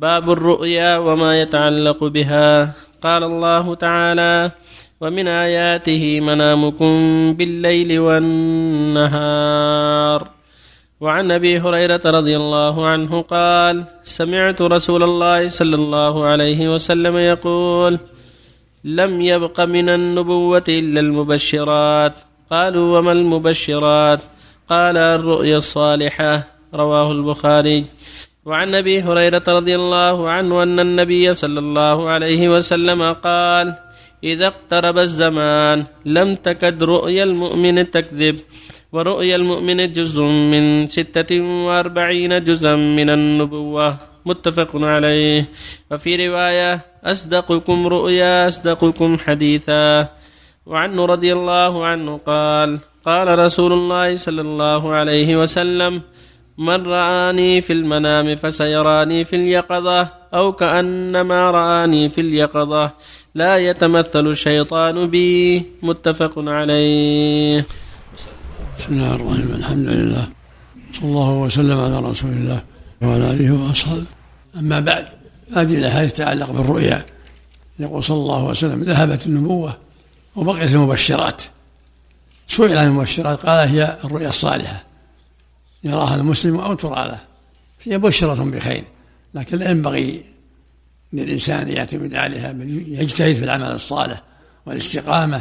باب الرؤيا وما يتعلق بها. قال الله تعالى: ومن آياته منامكم بالليل والنهار. وعن أبي هريرة رضي الله عنه قال: سمعت رسول الله صلى الله عليه وسلم يقول: لم يبق من النبوة إلا المبشرات. قالوا: وما المبشرات؟ قال: الرؤيا الصالحة. رواه البخاري. وعن أبي هريرة رضي الله عنه أن النبي صلى الله عليه وسلم قال: إذا اقترب الزمان لم تكد رؤيا المؤمن تكذب، ورؤيا المؤمن جزء من 46 جزءا من النبوة. متفق عليه. وفي رواية: أصدقكم رؤيا أصدقكم حديثا. وعنه رضي الله عنه قال: قال رسول الله صلى الله عليه وسلم: من رآني في المنام فسيراني في اليقظة، أو كأنما رآني في اليقظة، لا يتمثل الشيطان بي. متفق عليه. بسم الله الرحمن الرحيم. الحمد لله، صلى الله وسلم على رسول الله وعلى آله وأصحابه. أما بعد، هذه الأحاديث تتعلق بالرؤيا. يقول صلى الله عليه وسلم: ذهبت النبوة وبقيت المبشرات. سئل عن المبشرات قال: هي الرؤيا الصالحة يراها المسلم أو ترى له، هي بشرة بخير، لكن لا ينبغي للإنسان يعتمد عليها، بل يجتهد في العمل الصالح والاستقامة،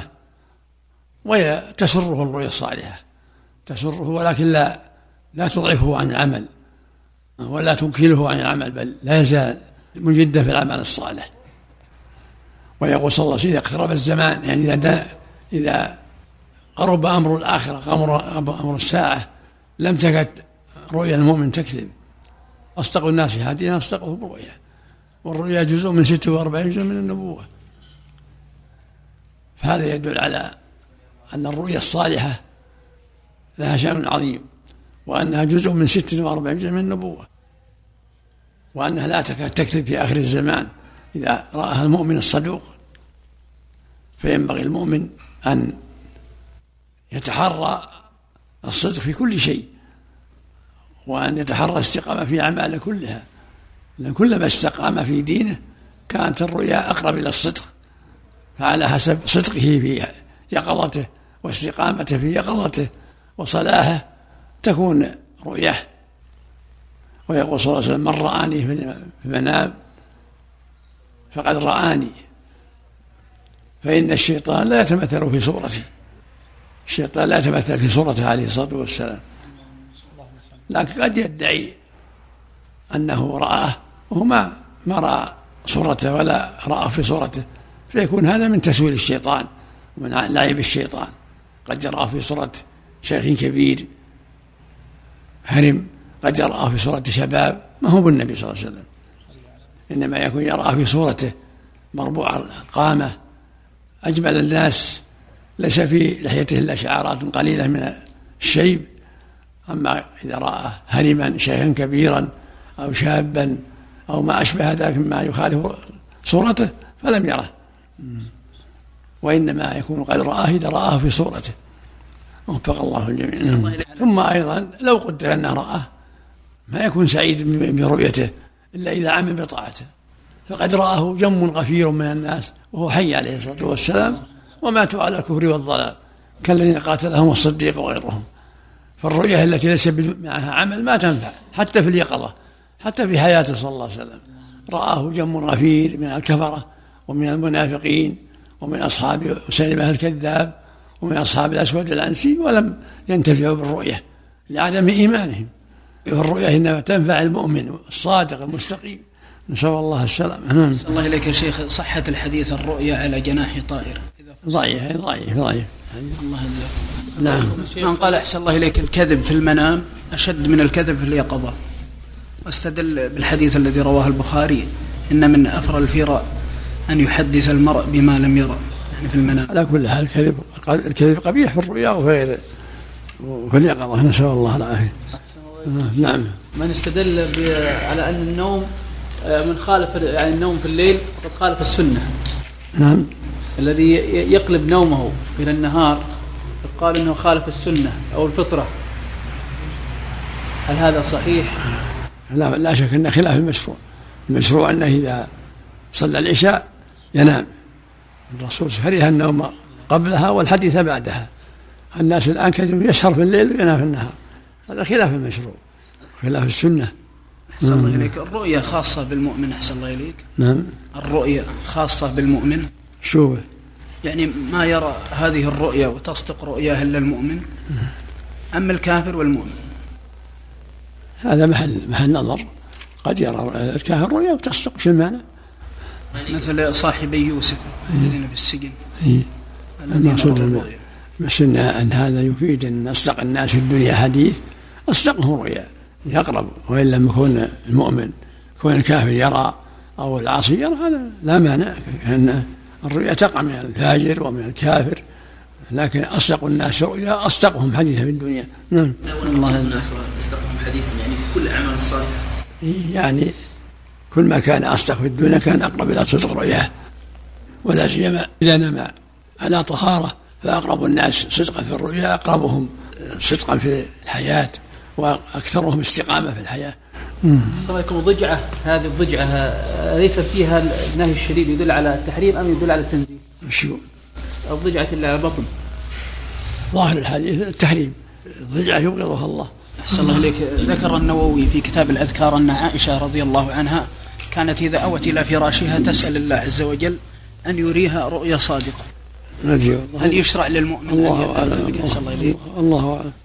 وتسره الرؤيا الصالحة، تسره، ولكن لا تضعفه عن العمل ولا تنكله عن العمل، بل لا يزال مجدا في العمل الصالح. ويقول صلى الله عليه وسلم: إذا اقترب الزمان، يعني إذا قرب أمر الآخرة، أمر الساعة، لم تكد رؤيا المؤمن تكذب. أصدق الناس حديثا أصدقه برؤيا، والرؤيا جزء من 46 جزء من النبوة. فهذا يدل على أن الرؤيا الصالحة لها شأن عظيم، وأنها جزء من 46 جزء من النبوة، وأنها لا تكاد تكذب في آخر الزمان إذا رآها المؤمن الصدوق. فينبغي المؤمن أن يتحرى الصدق في كل شيء، وأن يتحرى الاستقامة في أعماله كلها، لأن كلما استقام في دينه كانت الرؤيا أقرب إلى الصدق. فعلى حسب صدقه في يقظته واستقامته في يقظته وصلاحه تكون رؤياه. ويقول صلى الله عليه وسلم: من رآني في المنام فقد رآني، فإن الشيطان لا يتمثل في صورتي. الشيطان لا يتمثل في صورته عليه الصلاة والسلام، لكن قد يدعي أنه رآه وهو ما رأى صورته ولا رأى في صورته، فيكون هذا من تسويل الشيطان ومن لعب الشيطان. قد يراه في صورة شيخ كبير هرم، قد يراه في صورة شباب، ما هو بالنبي صلى الله عليه وسلم، إنما يكون يراه في صورته مربوع القامة أجمل الناس، ليس في لحيته إلا شعارات قليلة من الشيب. أما إذا رأى هرما شيخا كبيرا أو شابا أو ما أشبه ذلك مما يخالف صورته فلم يره، وإنما يكون قد رآه إذا رآه في صورته. وفق الله الجميع. ثم أيضا لو قدر أنه رآه ما يكون سعيد برؤيته إلا إذا عمل بطاعته، فقد رآه جم غفير من الناس وهو حي عليه الصلاة والسلام وماتوا على الكفر والضلال كالذين قاتلهم الصديق وغيرهم. فالرؤية التي ليس معها عمل ما تنفع حتى في اليقظة، حتى في حياته صلى الله عليه وسلم رآه جم غفير من الكفرة ومن المنافقين ومن أصحاب سلمة الكذاب ومن أصحاب الأسود العنسي، ولم ينتفعوا بالرؤية لعدم إيمانهم. والرؤية إنما تنفع المؤمن الصادق المستقيم، نسأل الله السلامة. الله إليك يا شيخ، صحة الحديث الرؤيا على جناح طائر ضعيف. الله يجزاك. نعم. من قال أحسن الله إليك الكذب في المنام أشد من الكذب في اليقظة، واستدل بالحديث الذي رواه البخاري: إن من أفر الفراء أن يحدث المرء بما لم يرى، يعني في المنام. على كل حال الكذب قبيح في الرؤيا وفي اليقظة، نسأل الله العافية. نعم. من استدل على أن النوم من خالف، يعني النوم في الليل فقد خالف السنة. نعم. الذي يقلب نومه إلى النهار قال إنه خالف السنة أو الفطرة، هل هذا صحيح؟ لا شك أن خلاف المشروع، المشروع أنه إذا صلى العشاء ينام. الرسول كره النوم قبلها والحديث بعدها. الناس الآن كثير يسهر في الليل وينام في النهار، هذا خلاف المشروع، خلاف السنة. أحسن الله إليك. الرؤيا خاصة بالمؤمن. أحسن الله إليك. نعم. الرؤيا خاصة بالمؤمن. شو يعني ما يرى هذه الرؤيا وتصدق رؤياه إلا المؤمن، أما الكافر والمؤمن؟ هذا محل نظر. قد يرى الكافر رؤيا وتصدق. شو المعنى؟ مثل صاحبي يوسف الذين في السجن. المقصود بس أن هذا يفيد أن أصدق الناس في الدنيا حديث أصدقهم رؤيا يقرب، وإن لم يكون المؤمن يكون الكافر يرى أو العاصي يرى، هذا لا مانع، أن الرؤيا تقع من الفاجر ومن الكافر، لكن أصدق الناس رؤيا أصدقهم حديثا في الدنيا. نعم. الله الناس أصدقهم حديثا يعني في كل أعمال الصالحة، يعني كل ما كان أصدق في الدنيا كان أقرب إلى صدق رؤياه، ولا سيما إذا نما على طهارة، فأقرب الناس صدقا في الرؤيا أقربهم صدقا في الحياة وأكثرهم استقامة في الحياة. صلى الضجعة، هذه الضجعة ليس فيها النهي الشديد يدل على التحريم أم يدل على التنزيه؟ شو الضجعة اللي على البطن؟ ظاهر الحديث التحريم، الضجعة يبغضها الله. أحسن الله إليك. ذكر النووي في كتاب الأذكار أن عائشة رضي الله عنها كانت إذا أوت إلى فراشها تسأل الله عز وجل أن يريها رؤيا صادقة. هل يشرع للمؤمن أن يفعل ذلك؟ الله أعلم.